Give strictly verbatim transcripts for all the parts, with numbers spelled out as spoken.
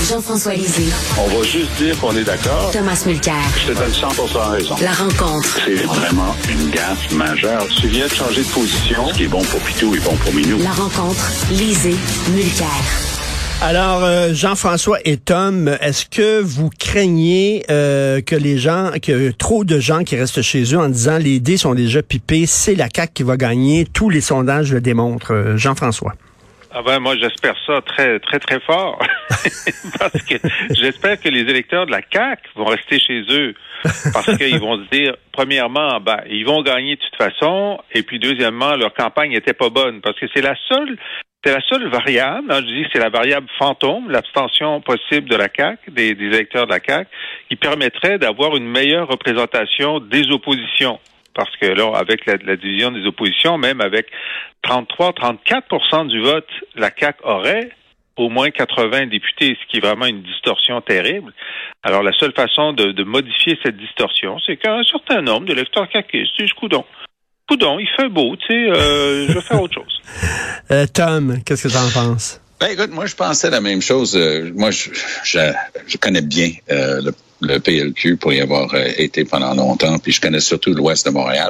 Jean-François Lisée. On va juste dire qu'on est d'accord. Thomas Mulcair. Je te donne cent pour cent raison. La rencontre. C'est vraiment une gaffe majeure. Tu viens de changer de position. Ce qui est bon pour Pitou est bon pour Minou. La rencontre. Lisée. Mulcair. Alors, euh, Jean-François et Tom, est-ce que vous craignez euh, que les gens, que trop de gens qui restent chez eux en disant les dés sont déjà pipés, c'est la C A Q qui va gagner, tous les sondages le démontrent. Euh, Jean-François. Ah ben moi j'espère ça très très très fort parce que j'espère que les électeurs de la C A Q vont rester chez eux parce qu'ils vont se dire premièrement ben ils vont gagner de toute façon et puis deuxièmement leur campagne était pas bonne parce que c'est la seule c'est la seule variable, hein, je dis c'est la variable fantôme, l'abstention possible de la C A Q, des, des électeurs de la C A Q, qui permettrait d'avoir une meilleure représentation des oppositions. Parce que là, avec la, la division des oppositions, même avec trente-trois à trente-quatre pour cent du vote, la C A Q aurait au moins quatre-vingts députés, ce qui est vraiment une distorsion terrible. Alors, la seule façon de, de modifier cette distorsion, c'est qu'un certain nombre d'électeurs caquistes disent « Coudon, coudon, il fait beau, tu sais, euh, je vais faire autre chose. » euh, Tom, qu'est-ce que tu en penses? Ben écoute, moi je pensais la même chose. Euh, moi, je, je, je connais bien euh, le, le P L Q pour y avoir euh, été pendant longtemps, puis je connais surtout l'ouest de Montréal.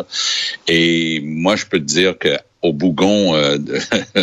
Et moi, je peux te dire que au Bougon euh, de,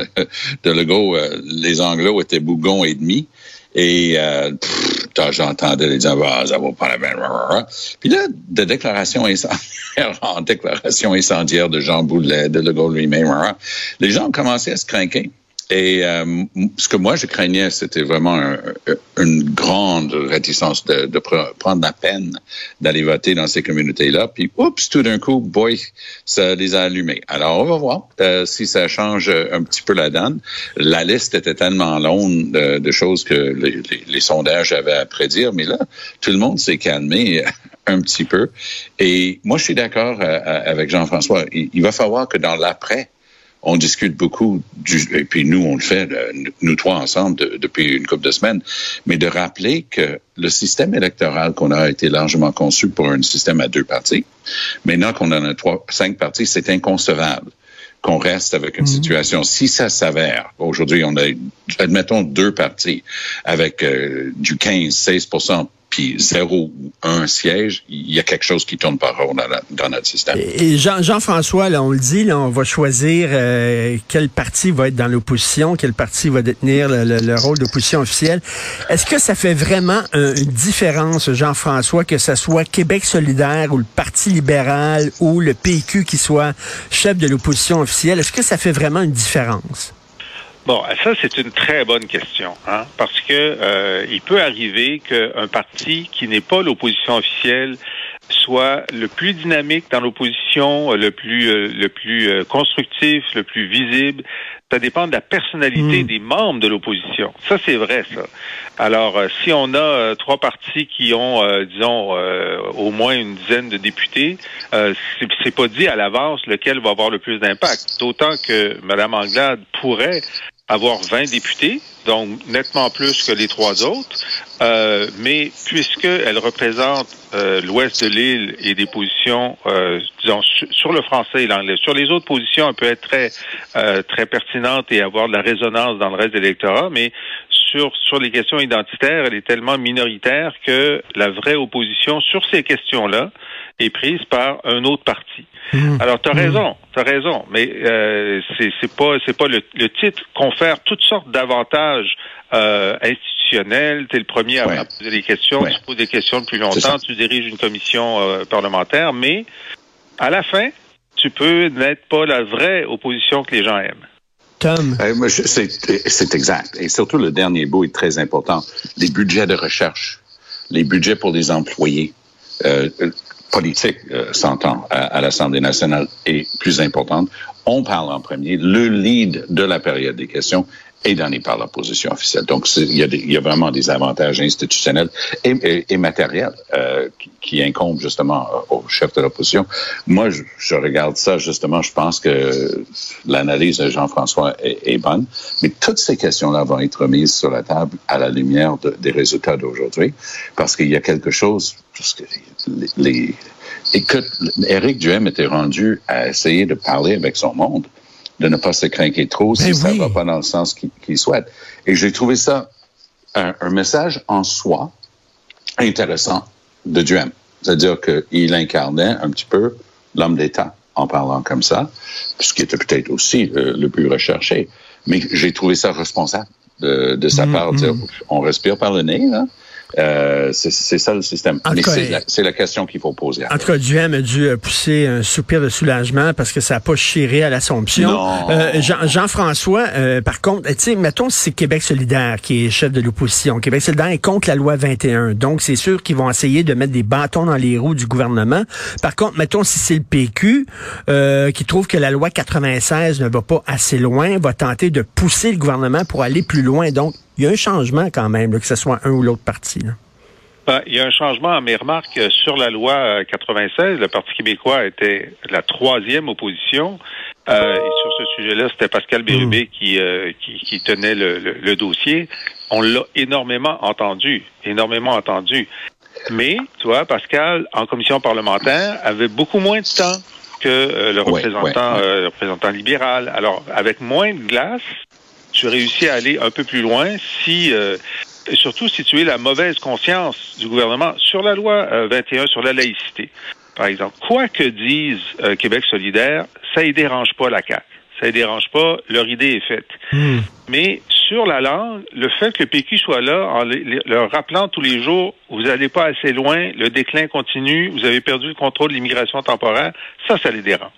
de Legault, euh, les Anglos étaient Bougon et demi. Et euh, pff, j'entendais les gens, ah, ça va pas la peine. Puis là, de déclaration incendiaire en déclaration incendiaire de Jean Boulet, de Legault lui-même, les gens ont commencé à se craquer. Et euh, ce que moi je craignais, c'était vraiment un, une grande réticence de, de pr- prendre la peine d'aller voter dans ces communautés-là. Puis, oups, tout d'un coup, boy, ça les a allumés. Alors, on va voir euh, si ça change un petit peu la donne. La liste était tellement longue de, de choses que les, les, les sondages avaient à prédire, mais là, tout le monde s'est calmé un petit peu. Et moi, je suis d'accord euh, avec Jean-François. Il, il va falloir que dans l'après, on discute beaucoup, du, et puis nous, on le fait, nous trois ensemble, de, depuis une couple de semaines, mais de rappeler que le système électoral qu'on a été largement conçu pour un système à deux partis, maintenant qu'on en a trois, cinq partis, c'est inconcevable qu'on reste avec une mmh. situation. Si ça s'avère, aujourd'hui, on a, admettons, deux partis avec euh, du quinze à seize pour cent puis zéro ou un siège, il y a quelque chose qui tourne pas rond dans, la, dans notre système. Et Jean, Jean-François, là, on le dit, là, on va choisir euh, quel parti va être dans l'opposition, quel parti va détenir le, le, le rôle d'opposition officielle. Est-ce que ça fait vraiment un, une différence, Jean-François, que ce soit Québec solidaire ou le Parti libéral ou le P Q qui soit chef de l'opposition officielle? Est-ce que ça fait vraiment une différence? Bon, ça, c'est une très bonne question, hein, parce que euh, il peut arriver qu'un parti qui n'est pas l'opposition officielle soit le plus dynamique dans l'opposition, le plus euh, le plus euh, constructif, le plus visible. Ça dépend de la personnalité mmh. des membres de l'opposition. Ça, c'est vrai, ça. Alors, euh, si on a euh, trois partis qui ont, euh, disons, euh, au moins une dizaine de députés, euh, c'est, c'est pas dit à l'avance lequel va avoir le plus d'impact. D'autant que Mme Anglade pourrait avoir vingt députés, donc nettement plus que les trois autres, euh, mais puisqu'elle représente euh, l'ouest de l'île et des positions, euh, disons, sur, sur le français et l'anglais, sur les autres positions, elle peut être très euh, très pertinente et avoir de la résonance dans le reste de l'électorat, mais sur sur les questions identitaires, elle est tellement minoritaire que la vraie opposition sur ces questions-là est prise par un autre parti. Mmh. Alors, t'as raison, t'as raison, mais euh, c'est, c'est pas, c'est pas le, le titre confère toutes sortes d'avantages euh, institutionnels. T'es le premier à, ouais. à poser des questions, ouais. tu poses des questions depuis longtemps, tu diriges une commission euh, parlementaire, mais à la fin, tu peux n'être pas la vraie opposition que les gens aiment. Tom. Euh, c'est, c'est exact. Et surtout, le dernier bout est très important. Les budgets de recherche, les budgets pour les employés. Euh, politique, euh, s'entend, à, à l'Assemblée nationale est plus importante. On parle en premier. Le lead de la période des questions est donné par l'opposition officielle. Donc, il y, a des, il y a vraiment des avantages institutionnels et, et, et matériels euh, qui, qui incombent justement au chef de l'opposition. Moi, je, je regarde ça justement, je pense que l'analyse de Jean-François est, est bonne, mais toutes ces questions-là vont être mises sur la table à la lumière de, des résultats d'aujourd'hui, parce qu'il y a quelque chose, parce que les, les écoute, Éric Duhaime était rendu à essayer de parler avec son monde, de ne pas se craquer trop si ben ça ne oui. va pas dans le sens qu'il, qu'il souhaite. Et j'ai trouvé ça un, un message en soi intéressant de Duhem. C'est-à-dire qu'il incarnait un petit peu l'homme d'État en parlant comme ça, ce qui était peut-être aussi le, le plus recherché. Mais j'ai trouvé ça responsable de, de sa mmh, part, de dire, on respire par le nez, là. Euh, c'est, c'est ça le système. En Mais cas, c'est, la, c'est la question qu'il faut poser. En tout cas, Duhem a dû pousser un soupir de soulagement parce que ça n'a pas chiré à l'Assomption. Euh, Jean, Jean-François, euh, par contre, tu sais, mettons si c'est Québec solidaire qui est chef de l'opposition. Québec solidaire est contre la loi vingt et un. Donc, c'est sûr qu'ils vont essayer de mettre des bâtons dans les roues du gouvernement. Par contre, mettons si c'est le P Q euh, qui trouve que la loi quatre-vingt-seize ne va pas assez loin, va tenter de pousser le gouvernement pour aller plus loin. Donc, il y a un changement quand même, là, que ce soit un ou l'autre parti. Là. Ben, il y a un changement, mais remarque, sur la loi quatre-vingt-seize, le Parti québécois était la troisième opposition. Euh, et sur ce sujet-là, c'était Pascal Bérubé mmh. qui, euh, qui, qui tenait le, le, le dossier. On l'a énormément entendu, énormément entendu. Mais, tu vois, Pascal, en commission parlementaire, avait beaucoup moins de temps que euh, le représentant, ouais, ouais. Euh, le représentant libéral. Alors, avec moins de glace, tu réussis à aller un peu plus loin si, euh, surtout si tu es la mauvaise conscience du gouvernement sur la loi euh, vingt et un, sur la laïcité, par exemple. Quoi que dise euh, Québec solidaire, ça ne dérange pas la C A Q. Ça ne dérange pas, leur idée est faite. Mmh. Mais sur la langue, le fait que le P Q soit là, en les, leur rappelant tous les jours, vous n'allez pas assez loin, le déclin continue, vous avez perdu le contrôle de l'immigration temporaire, ça, ça les dérange.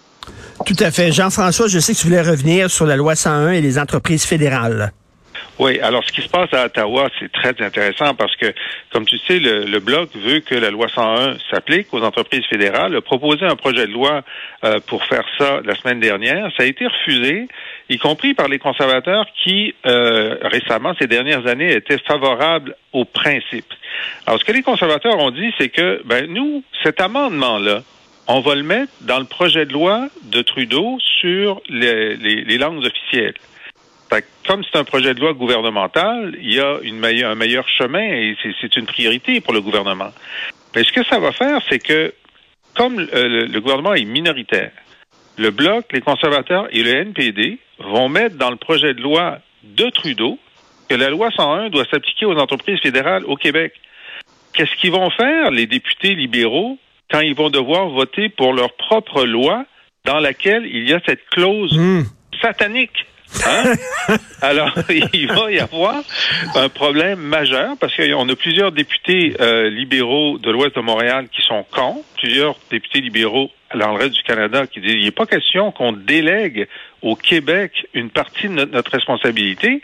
Tout à fait. Jean-François, je sais que tu voulais revenir sur la loi cent un et les entreprises fédérales. Oui, alors ce qui se passe à Ottawa, c'est très intéressant parce que, comme tu sais, le, le Bloc veut que la loi cent un s'applique aux entreprises fédérales, a proposé un projet de loi euh, pour faire ça la semaine dernière. Ça a été refusé, y compris par les conservateurs qui, euh, récemment, ces dernières années, étaient favorables au principe. Alors, ce que les conservateurs ont dit, c'est que, ben nous, cet amendement-là, on va le mettre dans le projet de loi de Trudeau sur les, les, les langues officielles. Fait que, comme c'est un projet de loi gouvernemental, il y a une meilleure, un meilleur chemin et c'est, c'est une priorité pour le gouvernement. Mais ce que ça va faire, c'est que, comme euh, le, le gouvernement est minoritaire, le Bloc, les conservateurs et le N P D vont mettre dans le projet de loi de Trudeau que la loi cent un doit s'appliquer aux entreprises fédérales au Québec. Qu'est-ce qu'ils vont faire, les députés libéraux, quand ils vont devoir voter pour leur propre loi dans laquelle il y a cette clause mmh. satanique. Hein? Alors, il va y avoir un problème majeur parce qu'on a plusieurs députés euh, libéraux de l'Ouest de Montréal qui sont contre, plusieurs députés libéraux dans le reste du Canada qui disent il n'est pas question qu'on délègue au Québec une partie de notre, notre responsabilité.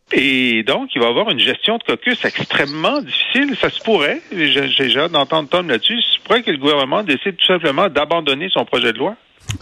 Et donc, il va y avoir une gestion de caucus extrêmement difficile. Ça se pourrait, j'ai, j'ai hâte d'entendre Tom là-dessus, ça se pourrait que le gouvernement décide tout simplement d'abandonner son projet de loi.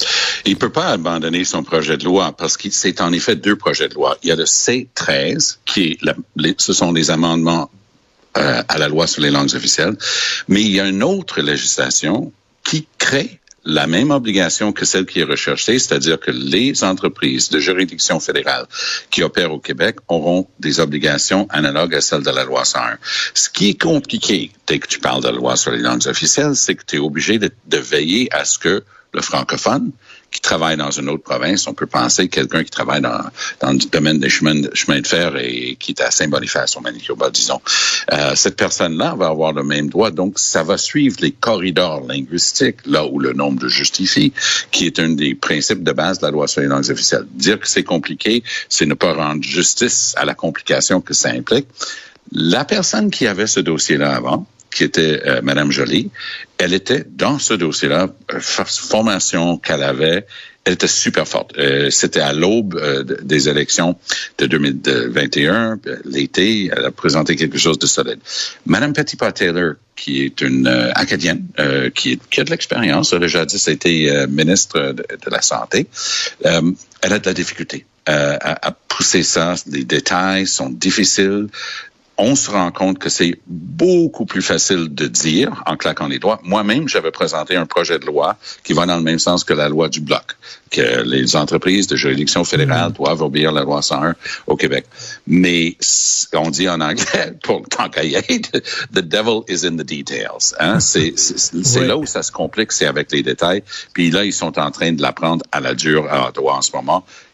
Il peut pas abandonner son projet de loi parce que c'est en effet deux projets de loi. Il y a le C treize, qui est la, les, ce sont des amendements euh, à la loi sur les langues officielles, mais il y a une autre législation qui crée la même obligation que celle qui est recherchée, c'est-à-dire que les entreprises de juridiction fédérale qui opèrent au Québec auront des obligations analogues à celles de la loi cent un. Ce qui est compliqué, dès que tu parles de la loi sur les langues officielles, c'est que tu es obligé de, de veiller à ce que le francophone qui travaille dans une autre province, on peut penser quelqu'un qui travaille dans, dans le domaine des chemins de, chemins de fer et qui est à Saint-Boniface, au Manitoba, disons. Euh, cette personne-là va avoir le même droit, donc ça va suivre les corridors linguistiques, là où le nombre justifie, qui est un des principes de base de la loi sur les langues officielles. Dire que c'est compliqué, c'est ne pas rendre justice à la complication que ça implique. La personne qui avait ce dossier-là avant, qui était euh, Madame Joly, elle était dans ce dossier-là, euh, formation qu'elle avait, elle était super forte. Euh, c'était à l'aube euh, des élections de deux mille vingt et un, l'été, elle a présenté quelque chose de solide. Madame Petitpas-Taylor, qui est une euh, acadienne, euh, qui, est, qui a de l'expérience, elle a jadis été euh, ministre de, de la Santé, euh, elle a de la difficulté euh, à, à pousser ça. Les détails sont difficiles. On se rend compte que c'est beaucoup plus facile de dire en claquant les doigts. Moi-même, j'avais présenté un projet de loi qui va dans le même sens que la loi du Bloc, que les entreprises de juridiction fédérale doivent obéir à la loi cent un au Québec. Mais on dit en anglais, pour tant qu'à y être, « the devil is in the details ». Hein? C'est, c'est, c'est oui. Là où ça se complique, c'est avec les détails. Puis là, ils sont en train de l'apprendre à la dure à Ottawa en ce moment.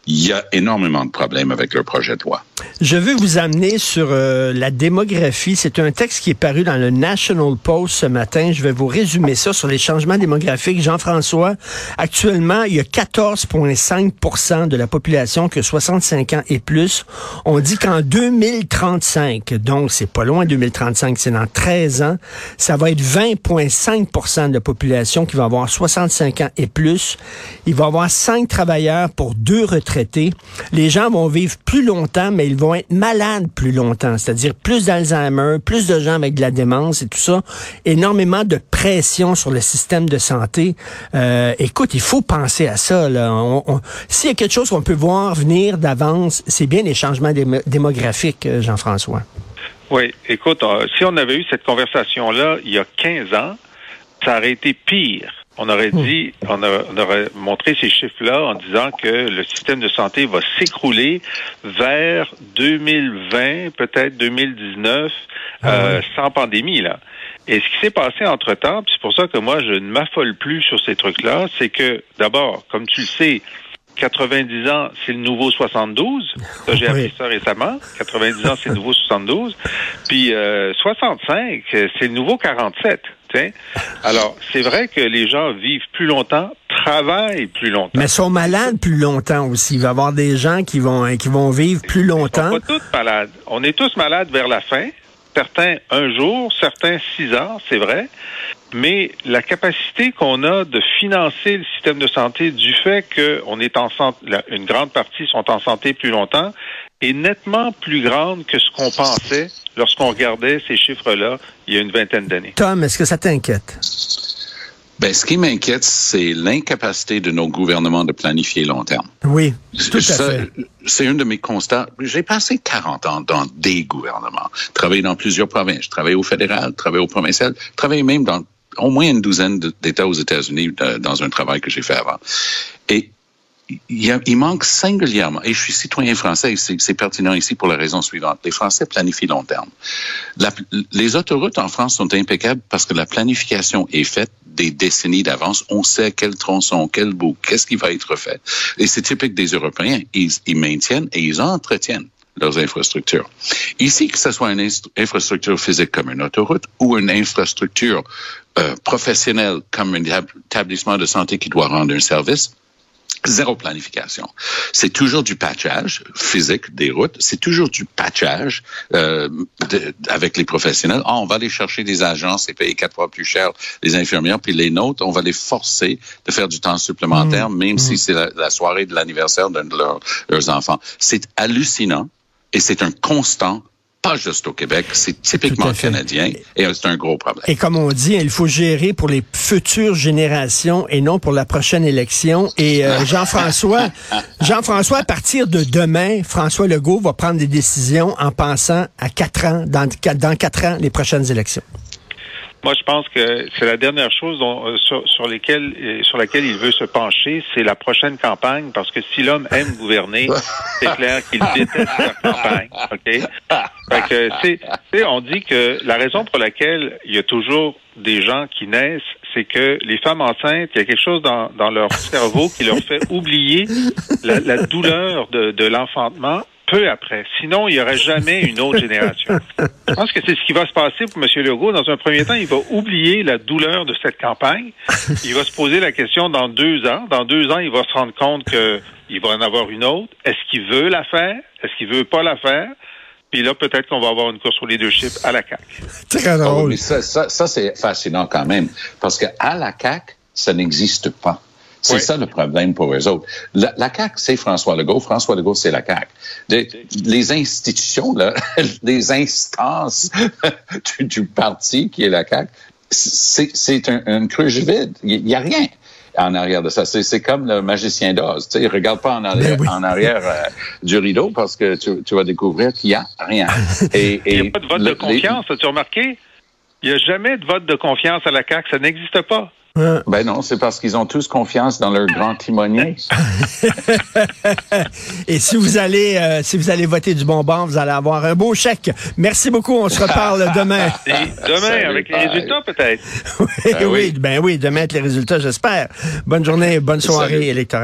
il y a énormément de problèmes avec leur projet de loi. Je veux vous amener sur euh, la démographie. C'est un texte qui est paru dans le National Post ce matin. Je vais vous résumer ça sur les changements démographiques. Jean-François, actuellement, il y a quatorze virgule cinq pour cent de la population qui a soixante-cinq ans et plus. On dit qu'en deux mille trente-cinq, donc c'est pas loin deux mille trente-cinq, c'est dans treize ans, ça va être vingt virgule cinq pour cent de la population qui va avoir soixante-cinq ans et plus. Il va y avoir cinq travailleurs pour deux retraités. Les gens vont vivre plus longtemps, mais ils vont être malades plus longtemps, c'est-à-dire plus d'Alzheimer, plus de gens avec de la démence et tout ça, énormément de pression sur le système de santé. Euh, écoute, il faut penser à ça, là. On, on, s'il y a quelque chose qu'on peut voir venir d'avance, c'est bien les changements dé- démographiquiques, Jean-François. Oui, écoute, euh, si on avait eu cette conversation-là il y a quinze ans, ça aurait été pire. On aurait dit, on, a, on aurait montré ces chiffres-là en disant que le système de santé va s'écrouler vers deux mille vingt, peut-être deux mille dix-neuf, euh, sans pandémie, là. Et ce qui s'est passé entre-temps, puis c'est pour ça que moi, je ne m'affole plus sur ces trucs-là, c'est que, d'abord, comme tu le sais, quatre-vingt-dix ans, c'est le nouveau soixante-douze. Ça, j'ai appris oui. ça récemment. quatre-vingt-dix ans, c'est le nouveau soixante-douze. Puis euh, soixante-cinq, c'est le nouveau quarante-sept. T'sais? Alors, c'est vrai que les gens vivent plus longtemps, travaillent plus longtemps. Mais sont malades plus longtemps aussi. Il va y avoir des gens qui vont qui vont vivre plus longtemps. Ils sont pas tous malades. On est tous malades vers la fin. Certains un jour, certains six ans, c'est vrai. Mais la capacité qu'on a de financer le système de santé du fait qu'on est en santé, une grande partie sont en santé plus longtemps, est nettement plus grande que ce qu'on pensait lorsqu'on regardait ces chiffres-là il y a une vingtaine d'années. Tom, est-ce que ça t'inquiète? Ben, ce qui m'inquiète, c'est l'incapacité de nos gouvernements de planifier long terme. Oui, tout à ça, fait. C'est un de mes constats. J'ai passé quarante ans dans des gouvernements, travaillé dans plusieurs provinces, travaillé au fédéral, travaillé au provincial, travaillé même dans au moins une douzaine d'États aux États-Unis dans un travail que j'ai fait avant. Et il, y a, il manque singulièrement, et je suis citoyen français, et c'est, c'est pertinent ici pour la raison suivante. Les Français planifient long terme. La, les autoroutes en France sont impeccables parce que la planification est faite des décennies d'avance. On sait quel tronçon, quel bout, qu'est-ce qui va être fait. Et c'est typique des Européens. Ils, ils maintiennent et ils entretiennent leurs infrastructures. Ici, que ce soit une infrastructure physique comme une autoroute ou une infrastructure euh, professionnelle comme un établissement de santé qui doit rendre un service, zéro planification. C'est toujours du patchage physique des routes. C'est toujours du patchage euh, de, avec les professionnels. Ah, on va aller chercher des agences et payer quatre fois plus cher les infirmières, puis les nôtres, on va les forcer de faire du temps supplémentaire, mmh. même mmh. si c'est la, la soirée de l'anniversaire de leur, leurs enfants. C'est hallucinant et c'est un constant. Pas juste au Québec, c'est typiquement canadien et c'est un gros problème. Et comme on dit, il faut gérer pour les futures générations et non pour la prochaine élection. Et euh, Jean-François, Jean-François, à partir de demain, François Legault va prendre des décisions en pensant à quatre ans, dans, dans quatre ans, les prochaines élections. Moi, je pense que c'est la dernière chose dont, euh, sur, sur, lesquelles, euh, sur laquelle il veut se pencher, c'est la prochaine campagne, parce que si l'homme aime gouverner, c'est clair qu'il déteste la campagne. Ok. Fait que c'est, c'est, on dit que la raison pour laquelle il y a toujours des gens qui naissent, c'est que les femmes enceintes, il y a quelque chose dans, dans leur cerveau qui leur fait oublier la, la douleur de, de l'enfantement. Peu après. Sinon, il n'y aurait jamais une autre génération. Je pense que c'est ce qui va se passer pour M. Legault. Dans un premier temps, il va oublier la douleur de cette campagne. Il va se poser la question dans deux ans. Dans deux ans, il va se rendre compte qu'il va en avoir une autre. Est-ce qu'il veut la faire? Est-ce qu'il veut pas la faire? Puis là, peut-être qu'on va avoir une course au leadership à la C A Q. Très drôle. Oh, mais ça, ça, ça, c'est fascinant quand même. Parce que à la C A Q, ça n'existe pas. C'est oui. ça le problème pour eux autres. La, la C A Q, c'est François Legault. François Legault, c'est la C A Q. De, les institutions, là, les instances du, du parti qui est la C A Q, c'est, c'est un, une cruche vide. Il n'y a rien en arrière de ça. C'est, c'est comme le magicien d'Oz. Tu sais, regarde pas en arrière, oui. en arrière euh, du rideau parce que tu, tu vas découvrir qu'il n'y a rien. Et, et il n'y a pas de vote le, de confiance, les... as-tu remarqué? Il n'y a jamais de vote de confiance à la C A Q. Ça n'existe pas. Ben non, c'est parce qu'ils ont tous confiance dans leur grand timonier. Et si vous allez euh, si vous allez voter du bon bord, vous allez avoir un beau chèque. Merci beaucoup, on se reparle demain. Et demain, Salut, avec bye. les résultats peut-être. oui, ben oui, oui, demain avec les résultats, j'espère. Bonne journée, bonne soirée Salut. électorale.